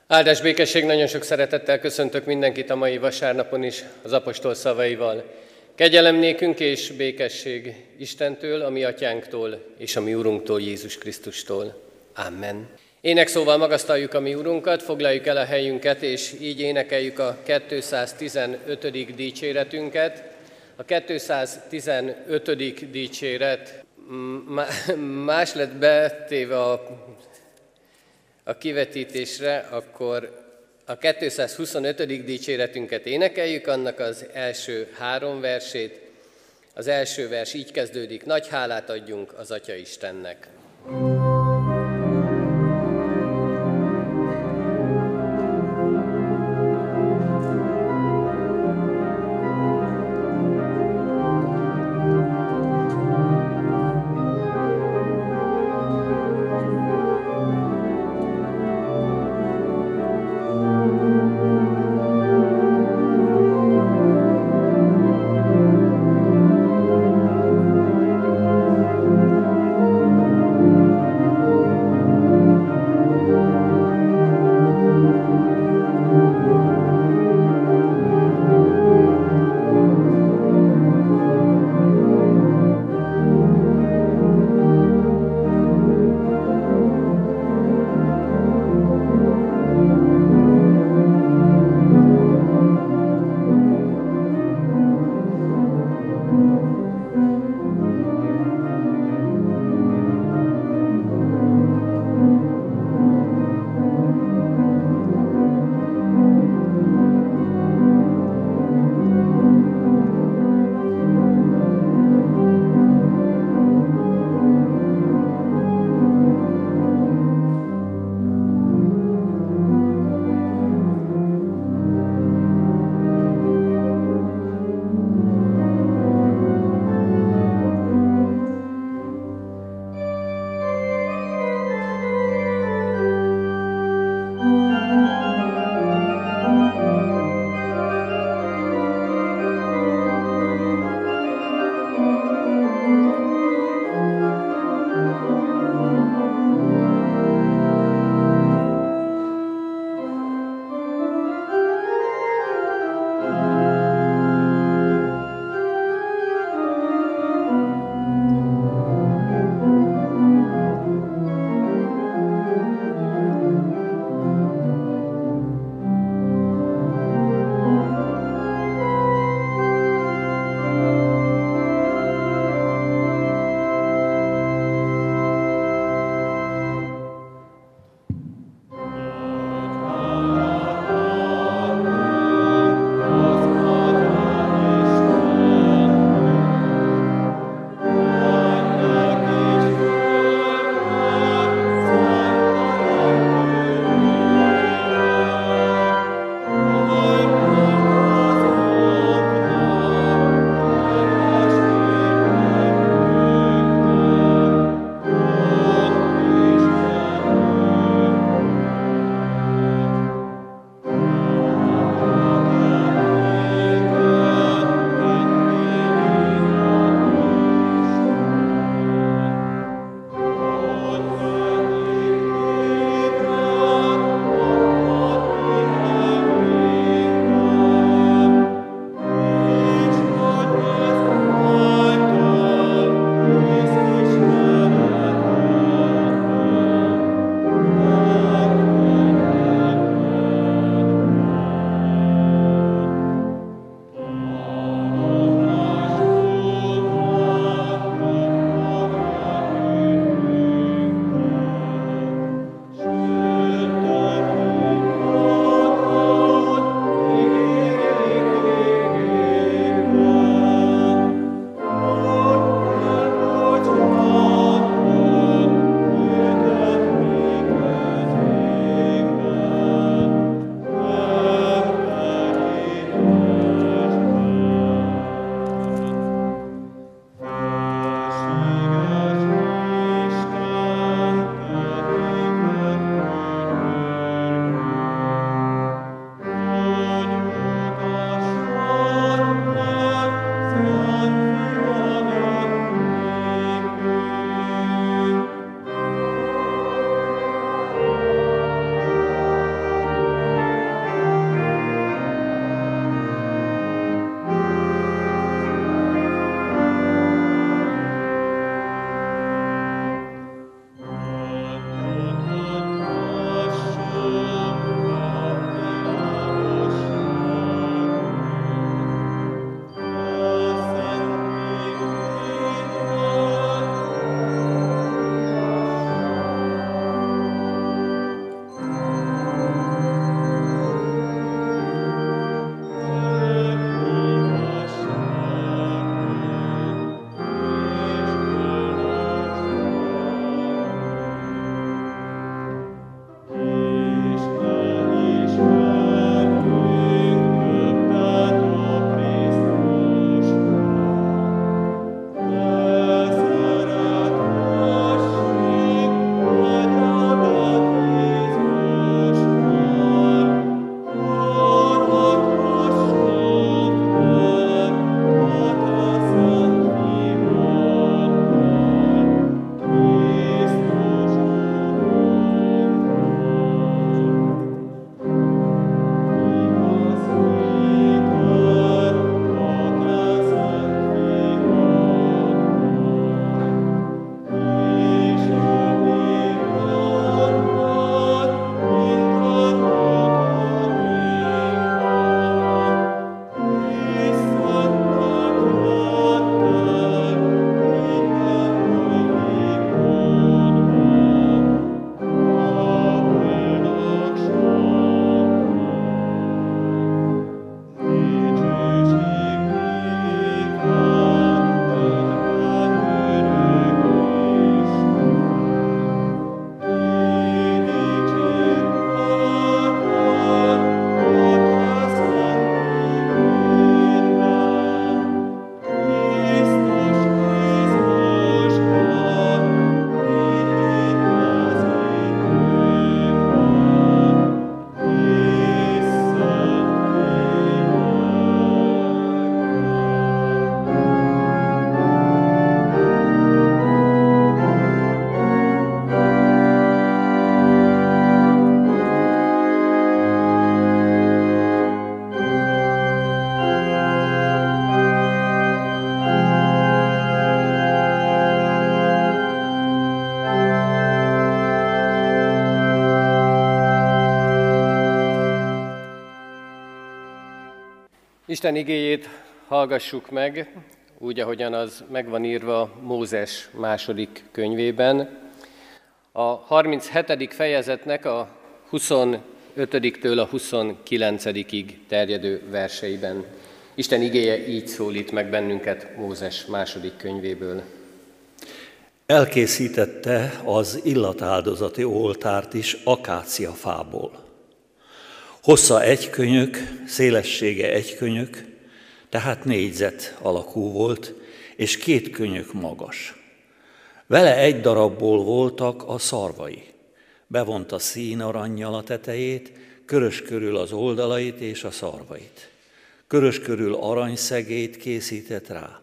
Áldás békesség, nagyon sok szeretettel köszöntök mindenkit a mai vasárnapon is az apostol szavaival. Kegyelem nékünk és békesség Istentől, a mi atyánktól és a mi Urunktól, Jézus Krisztustól. Amen. Énekszóval magasztaljuk a mi Urunkat, foglaljuk el a helyünket, és így énekeljük a 215. dicséretünket. A 215. dicséret más lett betéve a kivetítésre, akkor a 225. dicséretünket énekeljük, annak az első 3 versét. Az első vers így kezdődik: nagy hálát adjunk az Atya Istennek. Isten igéjét hallgassuk meg, úgy, ahogyan az meg van írva Mózes második könyvében. A 37. fejezetnek a 25-től a 29-ig terjedő verseiben. Isten igéje így szólít meg bennünket Mózes második könyvéből. Elkészítette az illatáldozati oltárt is akáciafából. Hossza 1 könyök, szélessége 1 könyök, tehát négyzet alakú volt, és 2 könyök magas. Vele 1 darabból voltak a szarvai. Bevonta színarannyal a tetejét, körös körül az oldalait és a szarvait. Körös körül aranyszegét készített rá.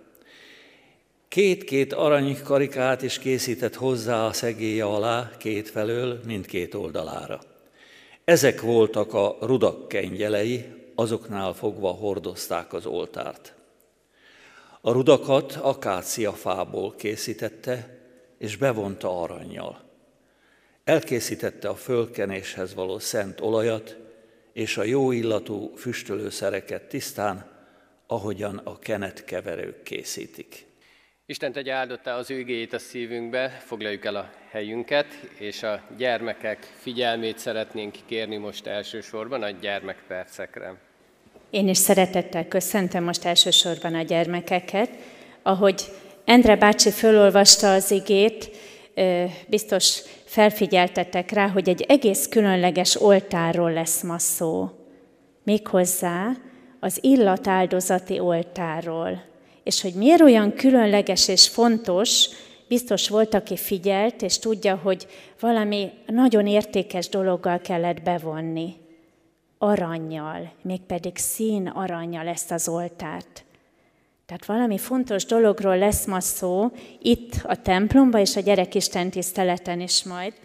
2 aranykarikát is készített hozzá a szegélye alá, 2 felől, mindkét oldalára. Ezek voltak a rudak kengyelei, azoknál fogva hordozták az oltárt. A rudakat akáciafából készítette, és bevonta arannyal. Elkészítette a fölkenéshez való szent olajat, és a jó illatú füstölőszereket tisztán, ahogyan a kenetkeverők készítik. Isten tegye áldottá az ő igéjét a szívünkbe, foglaljuk el a helyünket, és a gyermekek figyelmét szeretnénk kérni most elsősorban a gyermekpercekre. Én is szeretettel köszöntöm most elsősorban a gyermekeket. Ahogy Endre bácsi fölolvasta az igét, biztos felfigyeltetek rá, hogy egy egész különleges oltárról lesz ma szó. Méghozzá az illatáldozati oltárról. És hogy miért olyan különleges és fontos, biztos volt, aki figyelt, és tudja, hogy valami nagyon értékes dologgal kellett bevonni. Arannyal, mégpedig szín arannyal ezt az oltárt. Tehát valami fontos dologról lesz ma szó, itt a templomban és a gyerekisten tiszteleten is majd.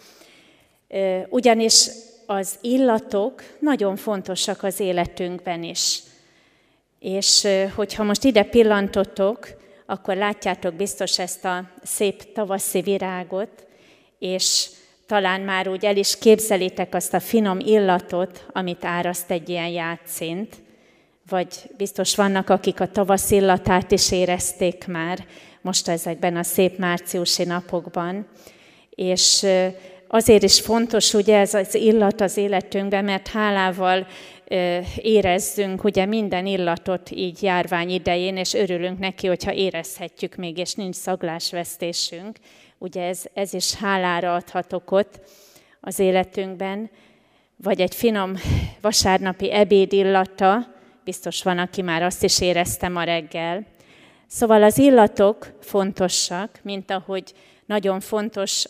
Ugyanis az illatok nagyon fontosak az életünkben is. És hogyha most ide pillantotok, akkor látjátok biztos ezt a szép tavaszi virágot, és talán már úgy el is képzelitek azt a finom illatot, amit áraszt egy ilyen játszint, vagy biztos vannak, akik a tavasz illatát is érezték már most ezekben a szép márciusi napokban. És azért is fontos ugye ez az illat az életünkben, mert hálával érezzünk ugye minden illatot így járvány idején, és örülünk neki, hogyha érezhetjük még, és nincs szaglásvesztésünk. Ugye ez is hálára adhat okot az életünkben, vagy egy finom vasárnapi ebéd illata, biztos van, aki már azt is érezte ma reggel. Szóval az illatok fontosak, mint ahogy nagyon fontos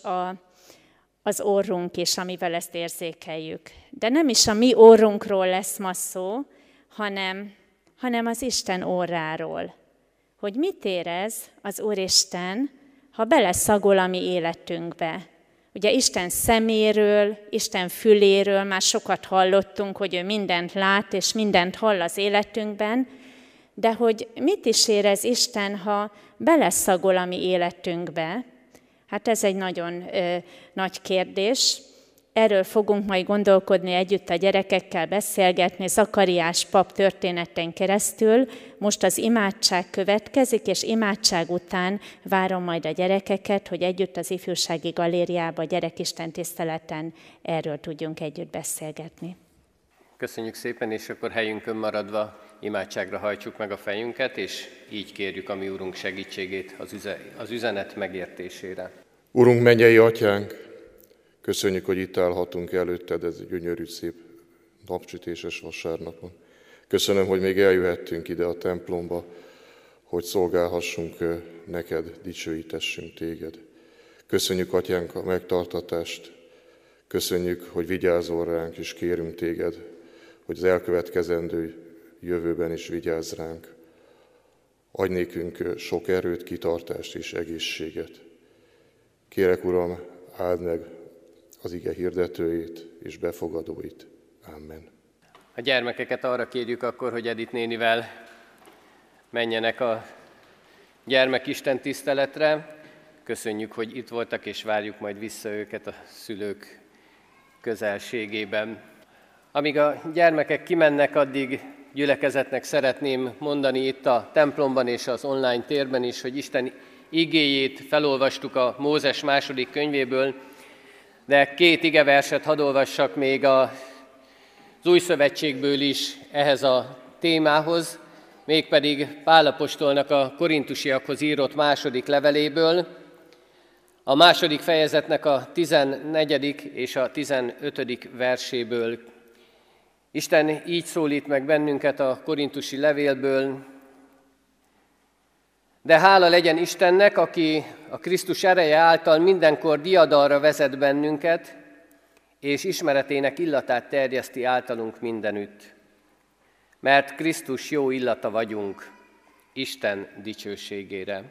az orrunk is, amivel ezt érzékeljük. De nem is a mi orrunkról lesz ma szó, hanem az Isten orráról. Hogy mit érez az Úristen, ha beleszagol a mi életünkbe. Ugye Isten szeméről, Isten füléről már sokat hallottunk, hogy ő mindent lát és mindent hall az életünkben, de hogy mit is érez Isten, ha beleszagol a mi életünkbe? Hát ez egy nagyon nagy kérdés. Erről fogunk majd gondolkodni együtt a gyerekekkel, beszélgetni Zakariás pap történeten keresztül. Most az imádság következik, és imádság után várom majd a gyerekeket, hogy együtt az ifjúsági galériába, gyerekisten tiszteleten erről tudjunk együtt beszélgetni. Köszönjük szépen, és akkor helyünkön maradva imádságra hajtsuk meg a fejünket, és így kérjük a mi Úrunk segítségét az üzenet megértésére. Urunk, mennyei Atyánk, köszönjük, hogy itt állhatunk előtted ez gyönyörű, szép napsütéses vasárnapon. Köszönöm, hogy még eljöhettünk ide a templomba, hogy szolgálhassunk neked, dicsőítessünk téged. Köszönjük, Atyánk, a megtartatást, köszönjük, hogy vigyázol ránk, és kérünk téged, hogy az elkövetkezendő jövőben is vigyázz ránk. Adj nékünk sok erőt, kitartást és egészséget. Kérek, Uram, áld meg az ige hirdetőit és befogadóit. Amen. A gyermekeket arra kérjük akkor, hogy Edith nénivel menjenek a gyermekisten tiszteletre. Köszönjük, hogy itt voltak, és várjuk majd vissza őket a szülők közelségében. Amíg a gyermekek kimennek, addig gyülekezetnek szeretném mondani itt a templomban és az online térben is, hogy Isten igéjét felolvastuk a Mózes második könyvéből, de 2 igeverset hadd olvassak még az Új Szövetségből is ehhez a témához, mégpedig Pál apostolnak a korintusiakhoz írott második leveléből, a második fejezetnek a 14. és a 15. verséből. Isten így szólít meg bennünket a korintusi levélből: de hála legyen Istennek, aki a Krisztus ereje által mindenkor diadalra vezet bennünket, és ismeretének illatát terjeszti általunk mindenütt. Mert Krisztus jó illata vagyunk, Isten dicsőségére.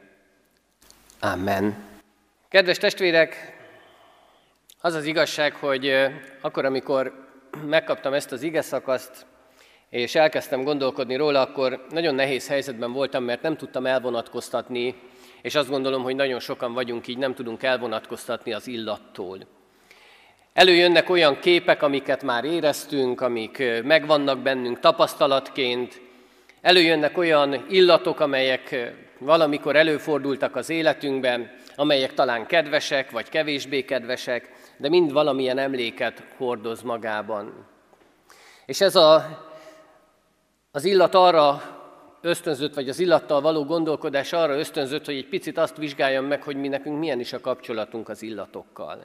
Amen. Kedves testvérek, az az igazság, hogy akkor, amikor megkaptam ezt az igeszakaszt, és elkezdtem gondolkodni róla, akkor nagyon nehéz helyzetben voltam, mert nem tudtam elvonatkoztatni, és azt gondolom, hogy nagyon sokan vagyunk így, nem tudunk elvonatkoztatni az illattól. Előjönnek olyan képek, amiket már éreztünk, amik megvannak bennünk tapasztalatként. Előjönnek olyan illatok, amelyek valamikor előfordultak az életünkben, amelyek talán kedvesek, vagy kevésbé kedvesek, de mind valamilyen emléket hordoz magában. És ez az illat arra ösztönzött, vagy az illattal való gondolkodás arra ösztönzött, hogy egy picit azt vizsgáljam meg, hogy mi nekünk milyen is a kapcsolatunk az illatokkal.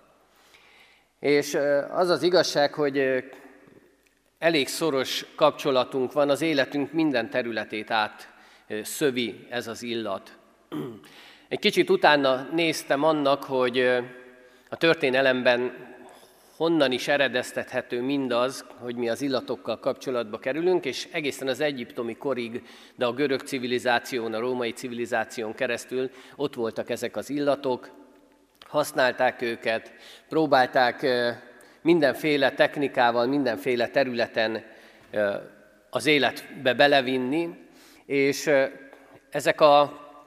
És az az igazság, hogy elég szoros kapcsolatunk van, az életünk minden területét átszövi ez az illat. Egy kicsit utána néztem annak, hogy a történelemben honnan is eredeztethető mindaz, hogy mi az illatokkal kapcsolatba kerülünk, és egészen az egyiptomi korig, de a görög civilizáción, a római civilizáción keresztül ott voltak ezek az illatok, használták őket, próbálták mindenféle technikával, mindenféle területen az életbe belevinni, és ezek az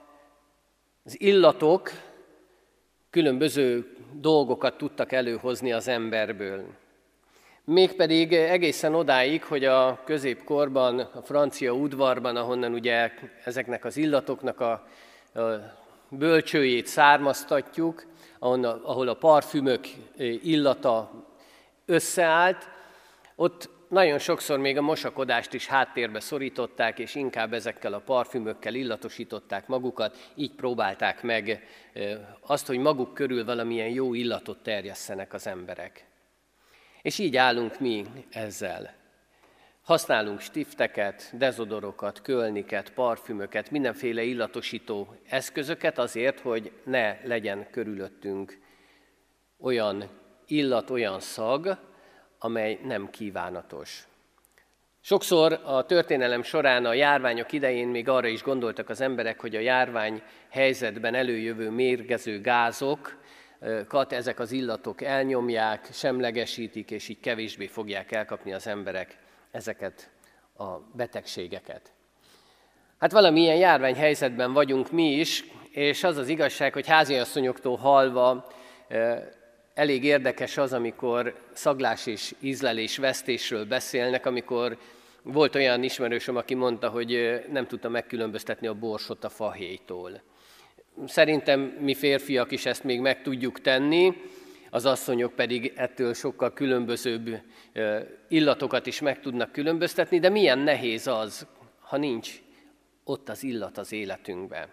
illatok különböző dolgokat tudtak előhozni az emberből. Mégpedig egészen odáig, hogy a középkorban, a francia udvarban, ahonnan ugye ezeknek az illatoknak a bölcsőjét származtatjuk, ahol a parfümök illata összeállt, ott nagyon sokszor még a mosakodást is háttérbe szorították, és inkább ezekkel a parfümökkel illatosították magukat, így próbálták meg azt, hogy maguk körül valamilyen jó illatot terjesszenek az emberek. És így állunk mi ezzel. Használunk stifteket, dezodorokat, kölniket, parfümöket, mindenféle illatosító eszközöket azért, hogy ne legyen körülöttünk olyan illat, olyan szag, amely nem kívánatos. Sokszor a történelem során a járványok idején még arra is gondoltak az emberek, hogy a járvány helyzetben előjövő mérgező gázokat ezek az illatok elnyomják, semlegesítik, és így kevésbé fogják elkapni az emberek ezeket a betegségeket. Hát valamilyen járványhelyzetben vagyunk mi is, és az az igazság, hogy háziasszonyoktól hallva elég érdekes az, amikor szaglás és ízlelés vesztésről beszélnek, amikor volt olyan ismerősöm, aki mondta, hogy nem tudta megkülönböztetni a borsot a fahéjtól. Szerintem mi férfiak is ezt még meg tudjuk tenni, az asszonyok pedig ettől sokkal különbözőbb illatokat is meg tudnak különböztetni, de milyen nehéz az, ha nincs ott az illat az életünkben.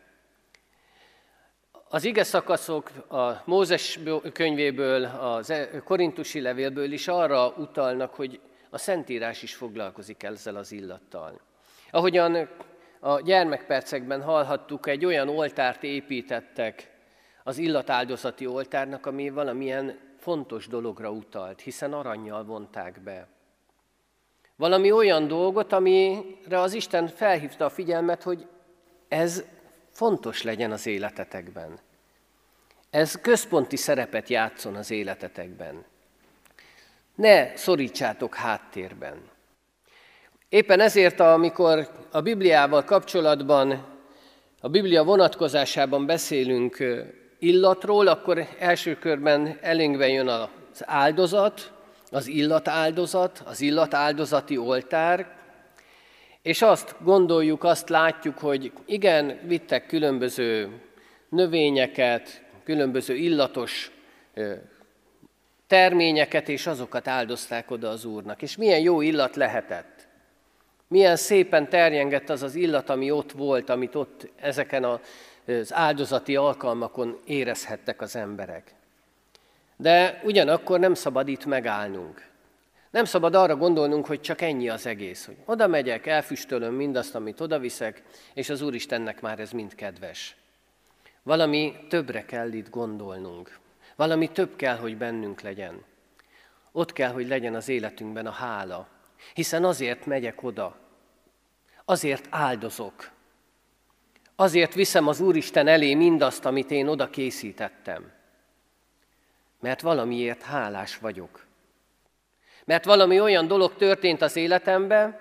Az ige szakaszok a Mózes könyvéből, a korintusi levélből is arra utalnak, hogy a Szentírás is foglalkozik ezzel az illattal. Ahogyan a gyermekpercekben hallhattuk, egy olyan oltárt építettek az illatáldozati oltárnak, ami valamilyen fontos dologra utalt, hiszen arannyal vonták be. Valami olyan dolgot, amire az Isten felhívta a figyelmet, hogy ez fontos legyen az életetekben. Ez központi szerepet játszon az életetekben. Ne szorítsátok háttérben. Éppen ezért, amikor a Bibliával kapcsolatban, a Biblia vonatkozásában beszélünk illatról, akkor első körben elénkbe jön az áldozat, az illatáldozat, az illatáldozati oltár, És azt gondoljuk, azt látjuk, hogy igen, vittek különböző növényeket, különböző illatos terményeket, és azokat áldozták oda az Úrnak. És milyen jó illat lehetett. Milyen szépen terjengett az az illat, ami ott volt, amit ott ezeken az áldozati alkalmakon érezhettek az emberek. De ugyanakkor nem szabad itt megállnunk. Nem szabad arra gondolnunk, hogy csak ennyi az egész, hogy oda megyek, elfüstölöm mindazt, amit odaviszek, és az Úristennek már ez mind kedves. Valami többre kell itt gondolnunk. Valami több kell, hogy bennünk legyen. Ott kell, hogy legyen az életünkben a hála. Hiszen azért megyek oda. Azért áldozok. Azért viszem az Úristen elé mindazt, amit én oda készítettem. Mert valamiért hálás vagyok. Mert valami olyan dolog történt az életemben,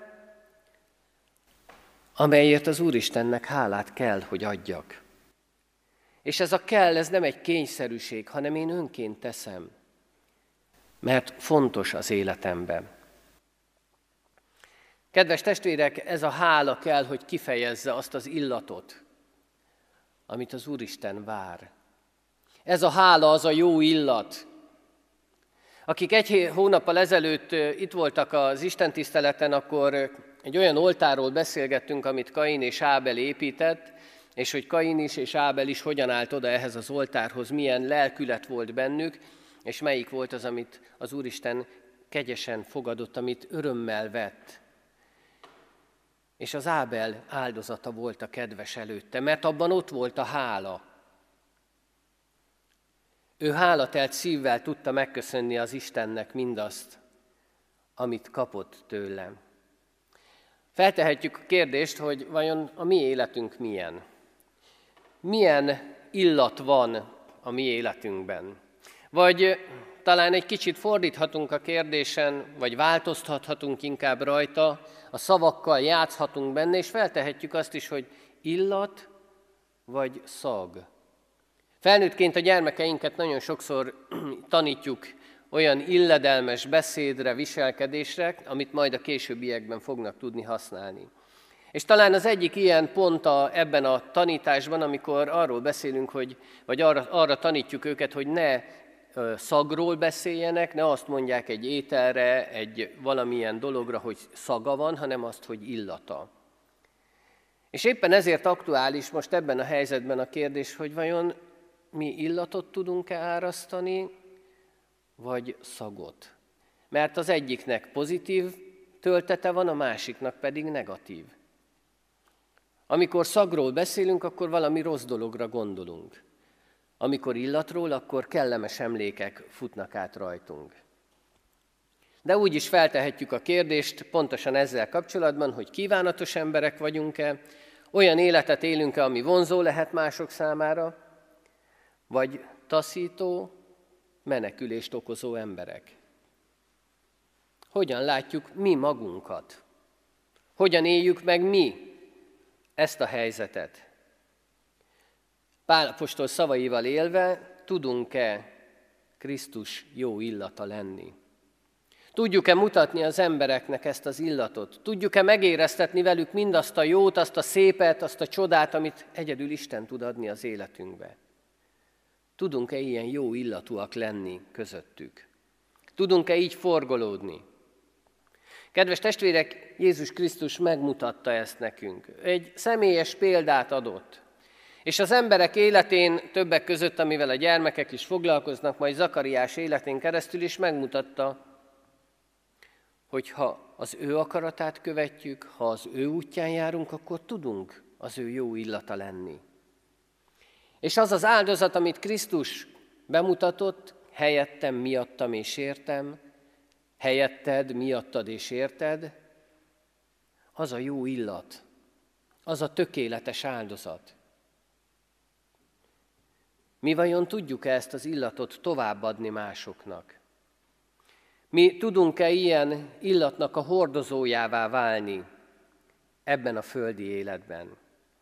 amelyért az Úristennek hálát kell, hogy adjak. És ez a kell, ez nem egy kényszerűség, hanem én önként teszem. Mert fontos az életemben. Kedves testvérek, ez a hála kell, hogy kifejezze azt az illatot, amit az Úristen vár. Ez a hála az a jó illat. Akik egy hónappal ezelőtt itt voltak az istentiszteleten, akkor egy olyan oltárról beszélgettünk, amit Kain és Ábel épített, és hogy Kain is és Ábel is hogyan állt oda ehhez az oltárhoz, milyen lelkület volt bennük, és melyik volt az, amit az Úristen kegyesen fogadott, amit örömmel vett. És az Ábel áldozata volt a kedves előtte, mert abban ott volt a hála. Ő hálatelt szívvel tudta megköszönni az Istennek mindazt, amit kapott tőlem. Feltehetjük a kérdést, hogy vajon a mi életünk milyen? Milyen illat van a mi életünkben? Vagy talán egy kicsit fordíthatunk a kérdésen, vagy változtathatunk inkább rajta, a szavakkal játszhatunk benne, és feltehetjük azt is, hogy illat vagy szag. Felnőttként a gyermekeinket nagyon sokszor tanítjuk olyan illedelmes beszédre, viselkedésre, amit majd a későbbiekben fognak tudni használni. És talán az egyik ilyen pont ebben a tanításban, amikor arról beszélünk, vagy arra tanítjuk őket, hogy ne szagról beszéljenek, ne azt mondják egy ételre, egy valamilyen dologra, hogy szaga van, hanem azt, hogy illata. És éppen ezért aktuális most ebben a helyzetben a kérdés, hogy vajon mi illatot tudunk-e árasztani, vagy szagot. Mert az egyiknek pozitív töltete van, a másiknak pedig negatív. Amikor szagról beszélünk, akkor valami rossz dologra gondolunk. Amikor illatról, akkor kellemes emlékek futnak át rajtunk. De úgy is feltehetjük a kérdést, pontosan ezzel kapcsolatban, hogy kívánatos emberek vagyunk-e, olyan életet élünk-e, ami vonzó lehet mások számára, vagy taszító, menekülést okozó emberek. Hogyan látjuk mi magunkat? Hogyan éljük meg mi ezt a helyzetet? Pál apostol szavaival élve, tudunk-e Krisztus jó illata lenni? Tudjuk-e mutatni az embereknek ezt az illatot? Tudjuk-e megéreztetni velük mindazt a jót, azt a szépet, azt a csodát, amit egyedül Isten tud adni az életünkbe? Tudunk-e ilyen jó illatúak lenni közöttük? Tudunk-e így forgolódni? Kedves testvérek, Jézus Krisztus megmutatta ezt nekünk. Egy személyes példát adott. És az emberek életén, többek között, amivel a gyermekek is foglalkoznak, majd Zakariás életén keresztül is megmutatta, hogy ha az ő akaratát követjük, ha az ő útján járunk, akkor tudunk az ő jó illata lenni. És az az áldozat, amit Krisztus bemutatott, helyettem, miattam és értem, helyetted, miattad és érted, az a jó illat, az a tökéletes áldozat. Mi vajon tudjuk-e ezt az illatot továbbadni másoknak? Mi tudunk-e ilyen illatnak a hordozójává válni ebben a földi életben?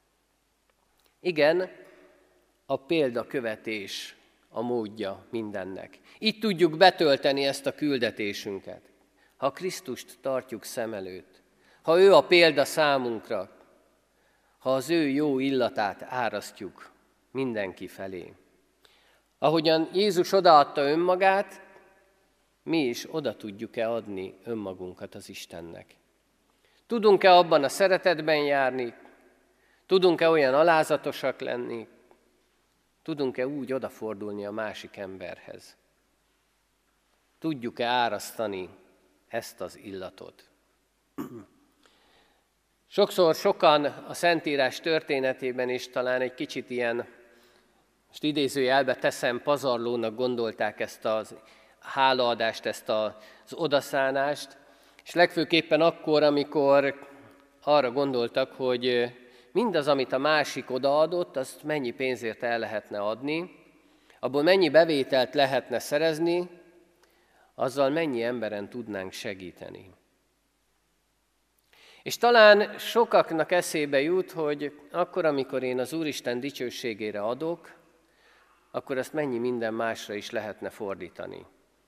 Igen, a példakövetés a módja mindennek. Így tudjuk betölteni ezt a küldetésünket. Ha Krisztust tartjuk szem előtt, ha ő a példa számunkra, ha az ő jó illatát árasztjuk mindenki felé. Ahogyan Jézus odaadta önmagát, mi is oda tudjuk-e adni önmagunkat az Istennek? Tudunk-e abban a szeretetben járni? Tudunk-e olyan alázatosak lenni? Tudunk-e úgy odafordulni a másik emberhez? Tudjuk-e árasztani ezt az illatot? Sokszor sokan a Szentírás történetében is talán egy kicsit ilyen, most idézőjelbe teszem, pazarlónak gondolták ezt a hálaadást, ezt az odaszánást, és legfőképpen akkor, amikor arra gondoltak, hogy mindaz, amit a másik odaadott, azt mennyi pénzért el lehetne adni, abból mennyi bevételt lehetne szerezni, azzal mennyi emberen tudnánk segíteni. És talán sokaknak eszébe jut, hogy akkor, amikor én az Úristen dicsőségére adok, akkor azt mennyi minden másra is lehetne fordítani.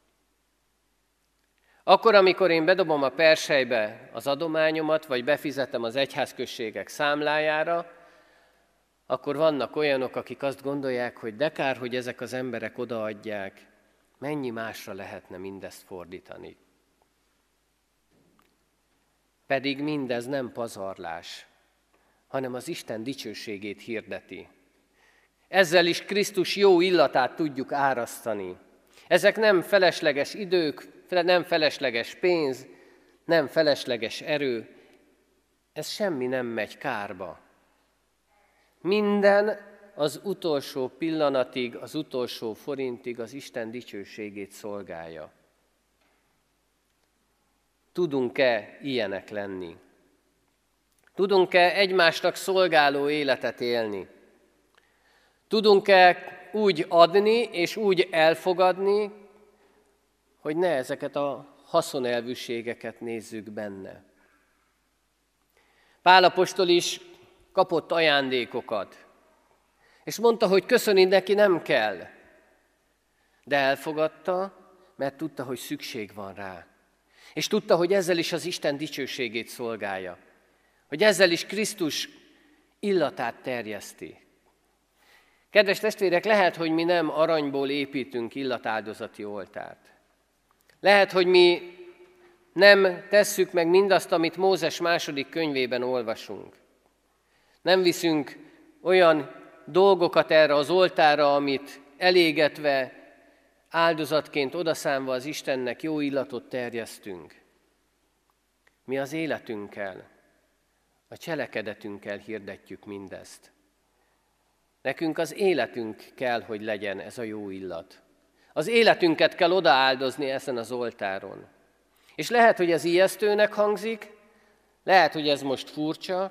Akkor, amikor én bedobom a perselybe az adományomat, vagy befizetem az egyházközségek számlájára, akkor vannak olyanok, akik azt gondolják, hogy de kár, hogy ezek az emberek odaadják, mennyi másra lehetne mindezt fordítani. Pedig mindez nem pazarlás, hanem az Isten dicsőségét hirdeti. Ezzel is Krisztus jó illatát tudjuk árasztani. Ezek nem felesleges idők, nem felesleges pénz, nem felesleges erő, ez semmi nem megy kárba. Minden az utolsó pillanatig, az utolsó forintig az Isten dicsőségét szolgálja. Tudunk-e ilyenek lenni? Tudunk-e egymásnak szolgáló életet élni? Tudunk-e úgy adni és úgy elfogadni, hogy ne ezeket a haszonelvűségeket nézzük benne? Pál apostol is kapott ajándékokat, és mondta, hogy köszönni neki nem kell, de elfogadta, mert tudta, hogy szükség van rá. És tudta, hogy ezzel is az Isten dicsőségét szolgálja, hogy ezzel is Krisztus illatát terjeszti. Kedves testvérek, lehet, hogy mi nem aranyból építünk illatáldozati oltárt. Lehet, hogy mi nem tesszük meg mindazt, amit Mózes második könyvében olvasunk. Nem viszünk olyan dolgokat erre az oltárra, amit elégetve, áldozatként odaszánva az Istennek jó illatot terjesztünk. Mi az életünkkel, a cselekedetünkkel hirdetjük mindezt. Nekünk az életünk kell, hogy legyen ez a jó illat. Az életünket kell odaáldozni ezen az oltáron. És lehet, hogy ez ijesztőnek hangzik, lehet, hogy ez most furcsa,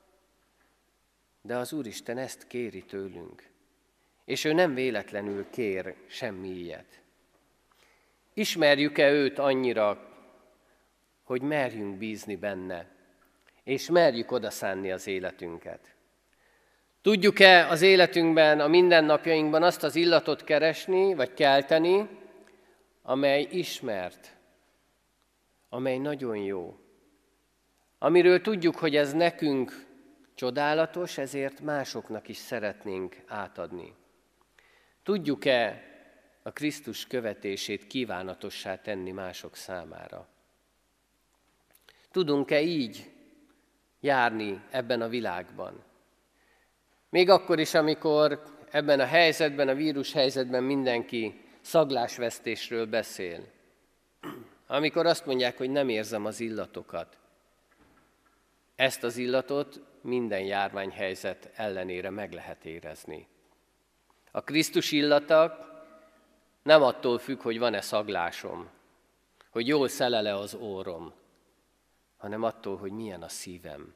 de az Úristen ezt kéri tőlünk. És ő nem véletlenül kér semmi ilyet. Ismerjük-e őt annyira, hogy merjünk bízni benne, és merjük odaszánni az életünket? Tudjuk-e az életünkben, a mindennapjainkban azt az illatot keresni, vagy kelteni, amely ismert, amely nagyon jó, amiről tudjuk, hogy ez nekünk csodálatos, ezért másoknak is szeretnénk átadni. Tudjuk-e a Krisztus követését kívánatossá tenni mások számára? Tudunk-e így járni ebben a világban? Még akkor is, amikor ebben a helyzetben, a vírushelyzetben mindenki szaglásvesztésről beszél. Amikor azt mondják, hogy nem érzem az illatokat. Ezt az illatot minden járványhelyzet ellenére meg lehet érezni. A Krisztus illata nem attól függ, hogy van-e szaglásom, hogy jól szelele az órom, hanem attól, hogy milyen a szívem.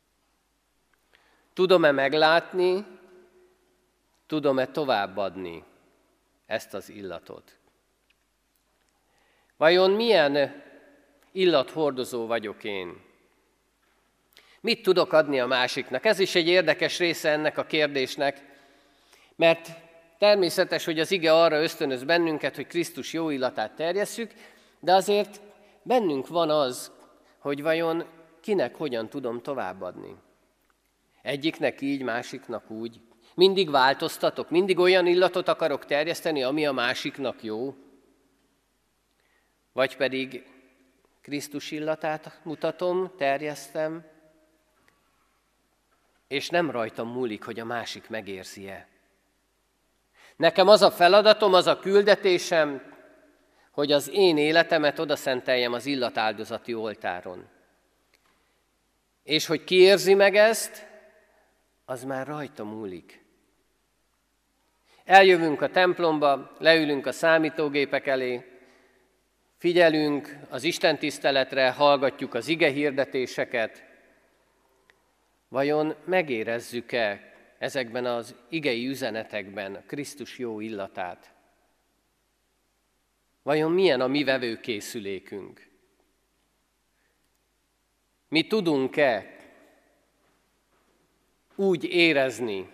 Tudom-e meglátni, tudom-e továbbadni ezt az illatot? Vajon milyen illathordozó vagyok én? Mit tudok adni a másiknak? Ez is egy érdekes része ennek a kérdésnek, mert természetes, hogy az ige arra ösztönöz bennünket, hogy Krisztus jó illatát terjesszük, de azért bennünk van az, hogy vajon kinek hogyan tudom továbbadni. Egyiknek így, másiknak úgy. Mindig változtatok, mindig olyan illatot akarok terjeszteni, ami a másiknak jó. Vagy pedig Krisztus illatát mutatom, terjesztem, és nem rajtam múlik, hogy a másik megérzi-e. Nekem az a feladatom, az a küldetésem, hogy az én életemet odaszenteljem az illatáldozati oltáron. És hogy ki érzi meg ezt, az már rajta múlik. Eljövünk a templomba, leülünk a számítógépek elé, figyelünk az istentiszteletre, hallgatjuk az igehirdetéseket. Vajon megérezzük-e ezekben az igei üzenetekben Krisztus jó illatát? Vajon milyen a mi vevőkészülékünk? Mi tudunk-e úgy érezni,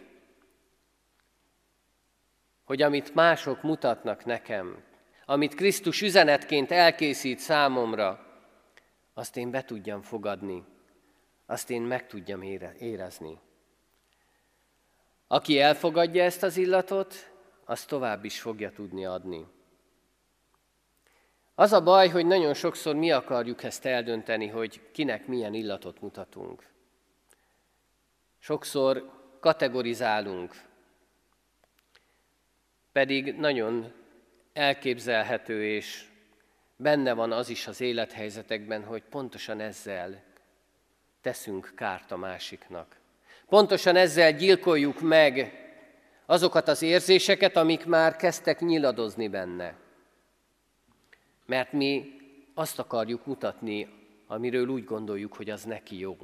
hogy amit mások mutatnak nekem, amit Krisztus üzenetként elkészít számomra, azt én be tudjam fogadni, azt én meg tudjam érezni. Aki elfogadja ezt az illatot, az tovább is fogja tudni adni. Az a baj, hogy nagyon sokszor mi akarjuk ezt eldönteni, hogy kinek milyen illatot mutatunk. Sokszor kategorizálunk, pedig nagyon elképzelhető, és benne van az is az élethelyzetekben, hogy pontosan ezzel teszünk kárt a másiknak. Pontosan ezzel gyilkoljuk meg azokat az érzéseket, amik már kezdtek nyiladozni benne. Mert mi azt akarjuk mutatni, amiről úgy gondoljuk, hogy az neki jó.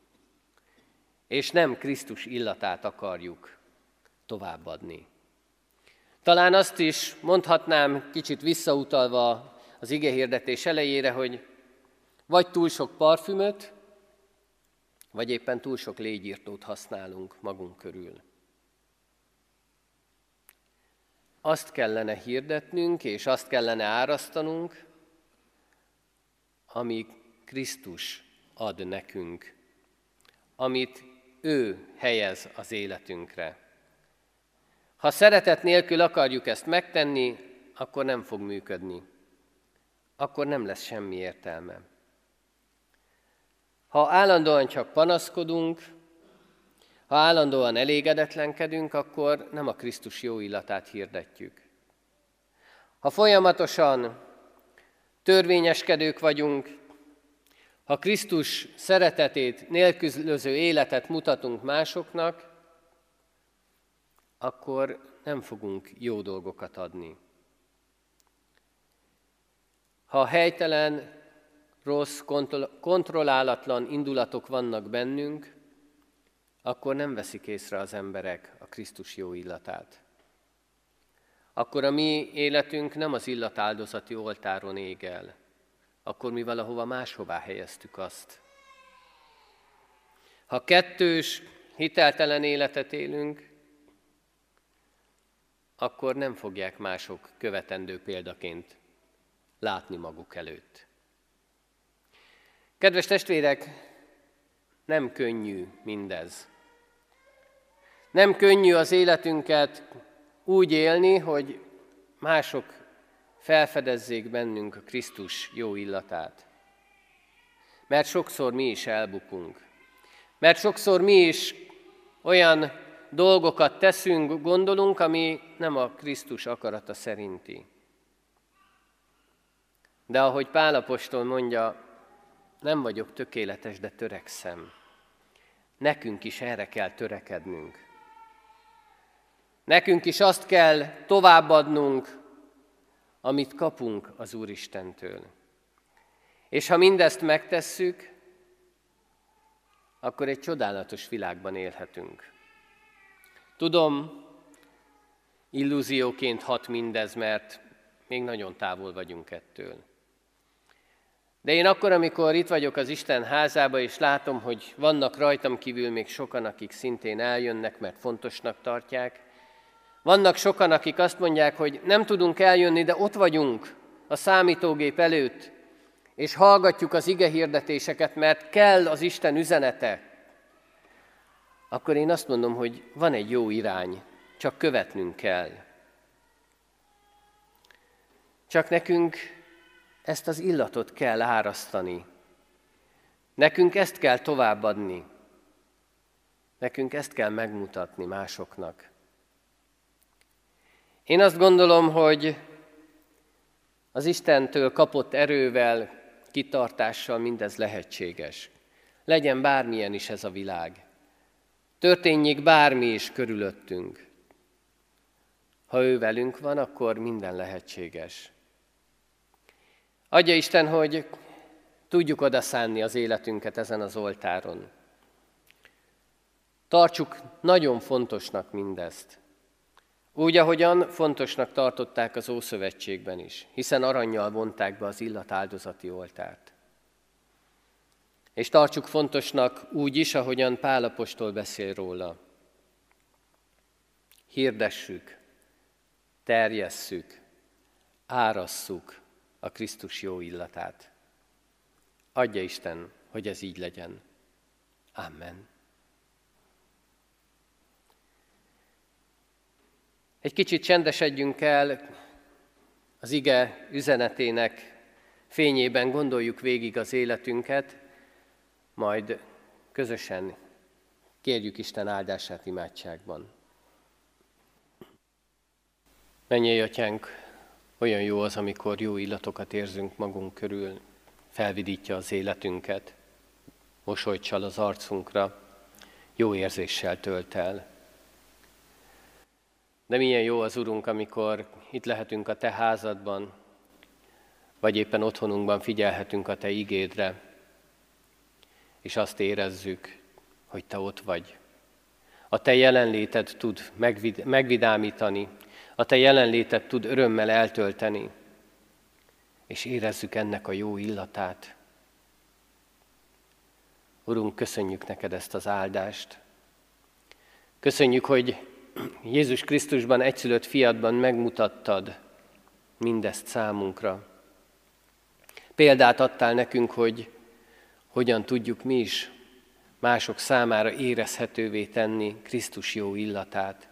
És nem Krisztus illatát akarjuk továbbadni. Talán azt is mondhatnám, kicsit visszautalva az igehirdetés elejére, hogy vagy túl sok parfümöt, vagy éppen túl sok légyírtót használunk magunk körül. Azt kellene hirdetnünk, és azt kellene árasztanunk, ami Krisztus ad nekünk, amit ő helyez az életünkre. Ha szeretet nélkül akarjuk ezt megtenni, akkor nem fog működni. Akkor nem lesz semmi értelme. Ha állandóan csak panaszkodunk, ha állandóan elégedetlenkedünk, akkor nem a Krisztus jó illatát hirdetjük. Ha folyamatosan törvényeskedők vagyunk, ha Krisztus szeretetét nélkülöző életet mutatunk másoknak, akkor nem fogunk jó dolgokat adni. Ha helytelen, rossz, kontrollálatlan indulatok vannak bennünk, akkor nem veszik észre az emberek a Krisztus jó illatát. Akkor a mi életünk nem az illatáldozati oltáron ég el, akkor mi valahova máshová helyeztük azt. Ha kettős, hiteltelen életet élünk, akkor nem fogják mások követendő példaként látni maguk előtt. Kedves testvérek, nem könnyű mindez. Nem könnyű az életünket úgy élni, hogy mások felfedezzék bennünk a Krisztus jó illatát. Mert sokszor mi is elbukunk. Mert sokszor mi is olyan dolgokat teszünk, gondolunk, ami nem a Krisztus akarata szerinti. De ahogy Pál apostol mondja, nem vagyok tökéletes, de törekszem. Nekünk is erre kell törekednünk. Nekünk is azt kell továbbadnunk, amit kapunk az Úristentől. És ha mindezt megtesszük, akkor egy csodálatos világban élhetünk. Tudom, illúzióként hat mindez, mert még nagyon távol vagyunk ettől. De én akkor, amikor itt vagyok az Isten házába, és látom, hogy vannak rajtam kívül még sokan, akik szintén eljönnek, mert fontosnak tartják. Vannak sokan, akik azt mondják, hogy nem tudunk eljönni, de ott vagyunk a számítógép előtt, és hallgatjuk az ige hirdetéseket, mert kell az Isten üzenete, akkor én azt mondom, hogy van egy jó irány, csak követnünk kell. Csak nekünk ezt az illatot kell árasztani. Nekünk ezt kell továbbadni. Nekünk ezt kell megmutatni másoknak. Én azt gondolom, hogy az Istentől kapott erővel, kitartással mindez lehetséges. Legyen bármilyen is ez a világ. Történjék bármi is körülöttünk. Ha ő velünk van, akkor minden lehetséges. Adja Isten, hogy tudjuk odaszánni az életünket ezen az oltáron. Tartsuk nagyon fontosnak mindezt. Úgy, ahogyan fontosnak tartották az Ószövetségben is, hiszen arannyal vonták be az illatáldozati oltárt. És tartsuk fontosnak úgy is, ahogyan Pál apostol beszél róla. Hirdessük, terjesszük, árasszuk a Krisztus jó illatát. Adja Isten, hogy ez így legyen. Amen. Egy kicsit csendesedjünk el, az ige üzenetének fényében gondoljuk végig az életünket, majd közösen kérjük Isten áldását imádságban. Mennyei Atyánk, olyan jó az, amikor jó illatokat érzünk magunk körül, felvidítja az életünket, mosolyt csal az arcunkra, jó érzéssel tölt el. De milyen jó az, Urunk, amikor itt lehetünk a Te házadban, vagy éppen otthonunkban figyelhetünk a Te igédre, és azt érezzük, hogy Te ott vagy. A Te jelenléted tud megvidámítani, a Te jelenléted tud örömmel eltölteni, és érezzük ennek a jó illatát. Urunk, köszönjük neked ezt az áldást. Köszönjük, hogy Jézus Krisztusban, egyszülött fiadban megmutattad mindezt számunkra. Példát adtál nekünk, hogy hogyan tudjuk mi is mások számára érezhetővé tenni Krisztus jó illatát.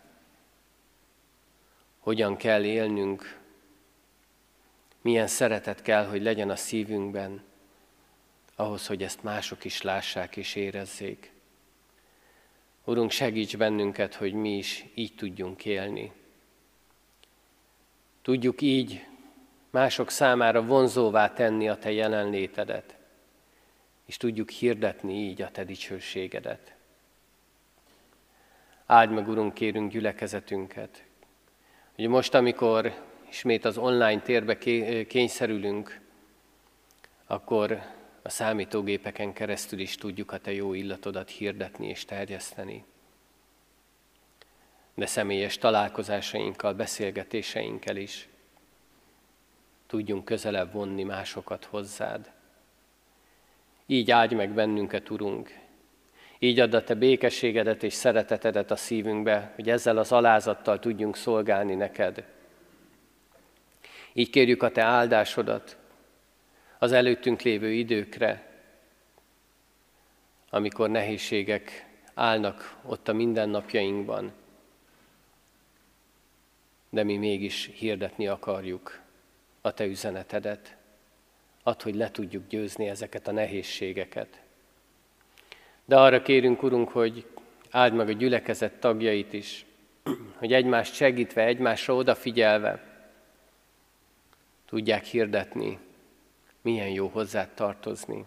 Hogyan kell élnünk, milyen szeretet kell, hogy legyen a szívünkben, ahhoz, hogy ezt mások is lássák és érezzék. Urunk, segíts bennünket, hogy mi is így tudjunk élni. Tudjuk így mások számára vonzóvá tenni a Te jelenlétedet, és tudjuk hirdetni így a Te dicsőségedet. Áld meg, Urunk, kérünk gyülekezetünket, hogy most, amikor ismét az online térbe kényszerülünk, akkor a számítógépeken keresztül is tudjuk a Te jó illatodat hirdetni és terjeszteni. De személyes találkozásainkkal, beszélgetéseinkkel is tudjunk közelebb vonni másokat hozzád. Így áldj meg bennünket, Urunk. Így add a Te békességedet és szeretetedet a szívünkbe, hogy ezzel az alázattal tudjunk szolgálni neked. Így kérjük a Te áldásodat az előttünk lévő időkre, amikor nehézségek állnak ott a mindennapjainkban, de mi mégis hirdetni akarjuk a Te üzenetedet. Add, hogy le tudjuk győzni ezeket a nehézségeket. De arra kérünk, Urunk, hogy áld meg a gyülekezet tagjait is, hogy egymást segítve, egymásra odafigyelve tudják hirdetni, milyen jó hozzád tartozni.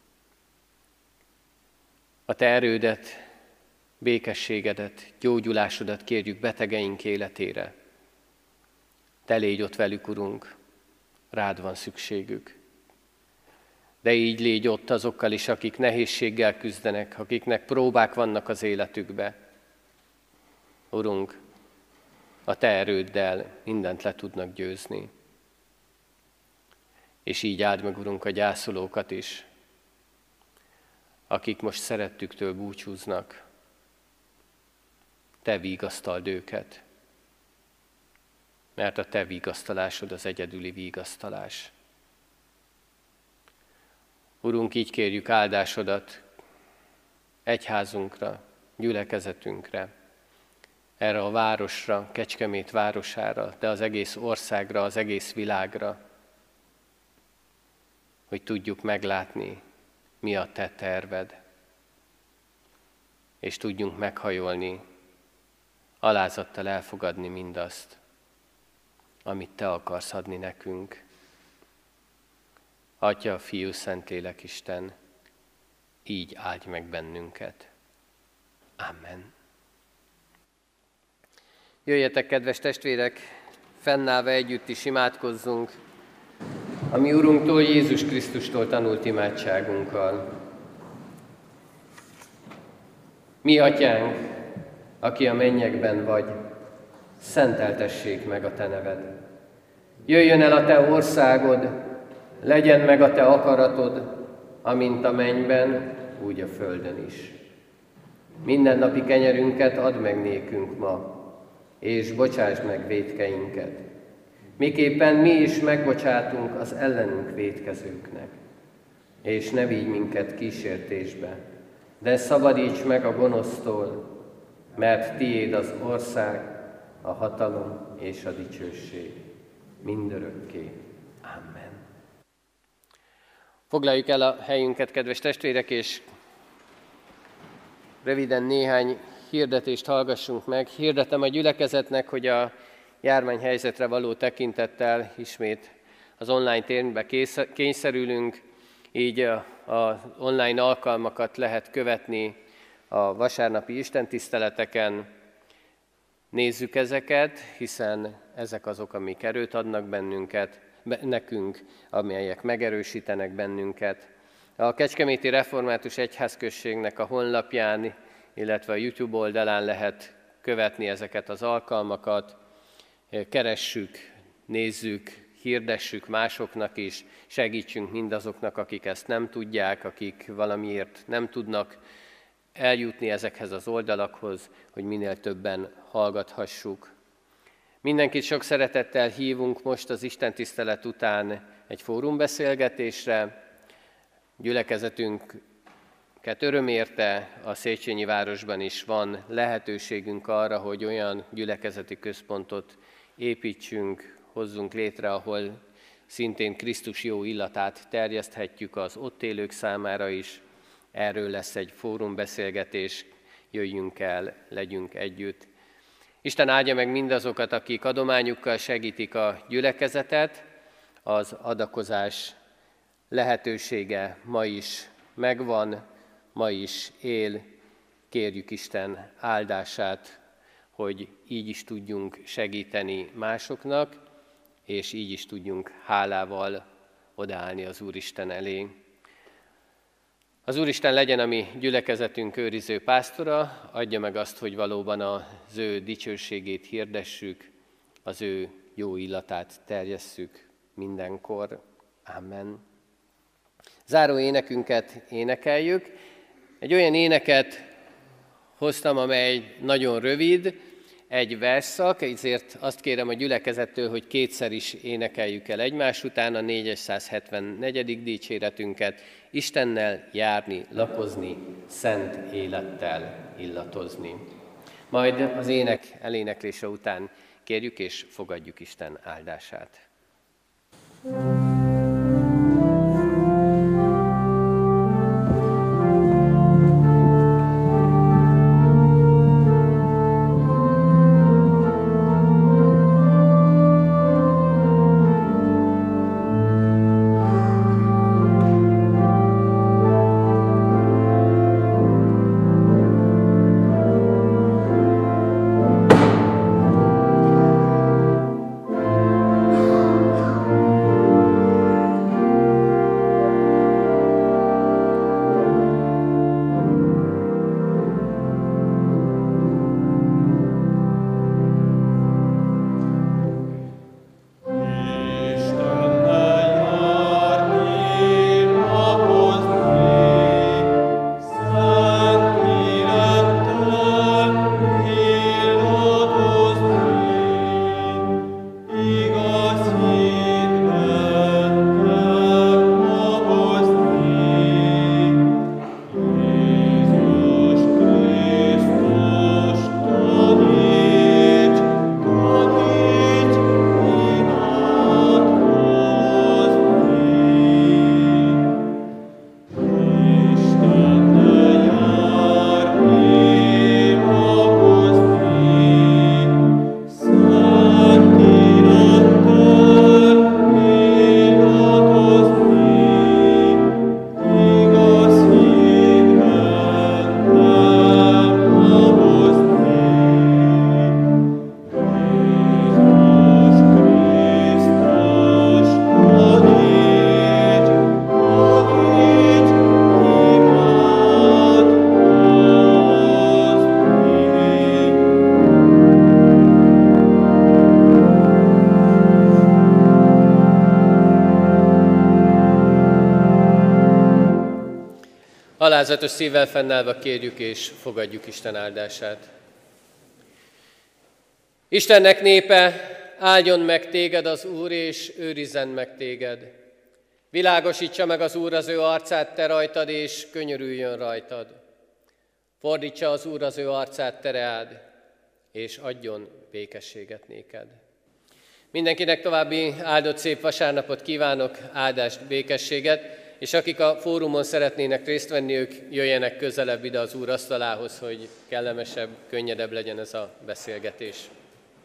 A Te erődet, békességedet, gyógyulásodat kérjük betegeink életére. Te légy ott velük, Urunk, rád van szükségük. De így légy ott azokkal is, akik nehézséggel küzdenek, akiknek próbák vannak az életükbe. Urunk, a Te erőddel mindent le tudnak győzni. És így áld meg, Urunk, a gyászolókat is, akik most szerettüktől búcsúznak. Te vigasztald őket, mert a Te vigasztalásod az egyedüli vigasztalás. Urunk, így kérjük áldásodat egyházunkra, gyülekezetünkre, erre a városra, Kecskemét városára, de az egész országra, az egész világra, hogy tudjuk meglátni, mi a te terved, és tudjunk meghajolni, alázattal elfogadni mindazt, amit te akarsz adni nekünk. Atya, Fiú, Szentlélek, Isten, így áldj meg bennünket. Amen. Jöjjetek, kedves testvérek, fennállva együtt is imádkozzunk a mi Urunktól, Jézus Krisztustól tanult imádságunkkal. Mi atyánk, aki a mennyekben vagy, szenteltessék meg a te neved. Jöjjön el a te országod, legyen meg a te akaratod, amint a mennyben, úgy a földön is. Mindennapi kenyerünket add meg nékünk ma, és bocsásd meg vétkeinket, miképpen mi is megbocsátunk az ellenünk vétkezőknek. És ne vigy minket kísértésbe, de szabadíts meg a gonosztól, mert tiéd az ország, a hatalom és a dicsőség mindörökké. Amen. Foglaljuk el a helyünket, kedves testvérek, és röviden néhány hirdetést hallgassunk meg. Hirdetem a gyülekezetnek, hogy a járványhelyzetre való tekintettel ismét az online térbe kényszerülünk, így az online alkalmakat lehet követni a vasárnapi istentiszteleteken. Nézzük ezeket, hiszen ezek azok, amik erőt adnak nekünk, amelyek megerősítenek bennünket. A Kecskeméti Református Egyházközségnek a honlapján, illetve a YouTube oldalán lehet követni ezeket az alkalmakat. Keressük, nézzük, hirdessük másoknak is, segítsünk mindazoknak, akik ezt nem tudják, akik valamiért nem tudnak eljutni ezekhez az oldalakhoz, hogy minél többen hallgathassuk. Mindenkit sok szeretettel hívunk most az istentisztelet után egy fórumbeszélgetésre. Gyülekezetünket öröm érte, a Széchenyi városban is van lehetőségünk arra, hogy olyan gyülekezeti központot építsünk, hozzunk létre, ahol szintén Krisztus jó illatát terjeszthetjük az ott élők számára is. Erről lesz egy fórumbeszélgetés, jöjjünk el, legyünk együtt. Isten áldja meg mindazokat, akik adományukkal segítik a gyülekezetet. Az adakozás lehetősége ma is megvan, ma is él. Kérjük Isten áldását, hogy így is tudjunk segíteni másoknak, és így is tudjunk hálával odaállni az Úristen elé. Az Úristen legyen a mi gyülekezetünk őriző pásztora, adja meg azt, hogy valóban az ő dicsőségét hirdessük, az ő jó illatát terjesszük mindenkor. Amen. Záró énekünket énekeljük. Egy olyan éneket hoztam, amely nagyon rövid, egy versszak, ezért azt kérem a gyülekezettől, hogy kétszer is énekeljük el egymás után a 474. dicséretünket. Istennel járni, lakozni, szent élettel illatozni. Majd az ének eléneklése után kérjük és fogadjuk Isten áldását. Alázatos szívvel fennállva kérjük és fogadjuk Isten áldását. Istennek népe, áldjon meg téged az Úr, és őrizzen meg téged. Világosítsa meg az Úr az ő arcát te rajtad, és könyörüljön rajtad. Fordítsa az Úr az ő arcát te reád, és adjon békességet néked. Mindenkinek további áldott szép vasárnapot kívánok, áldást, békességet, és akik a fórumon szeretnének részt venni, ők jöjjenek közelebb ide az Úr asztalához, hogy kellemesebb, könnyedebb legyen ez a beszélgetés.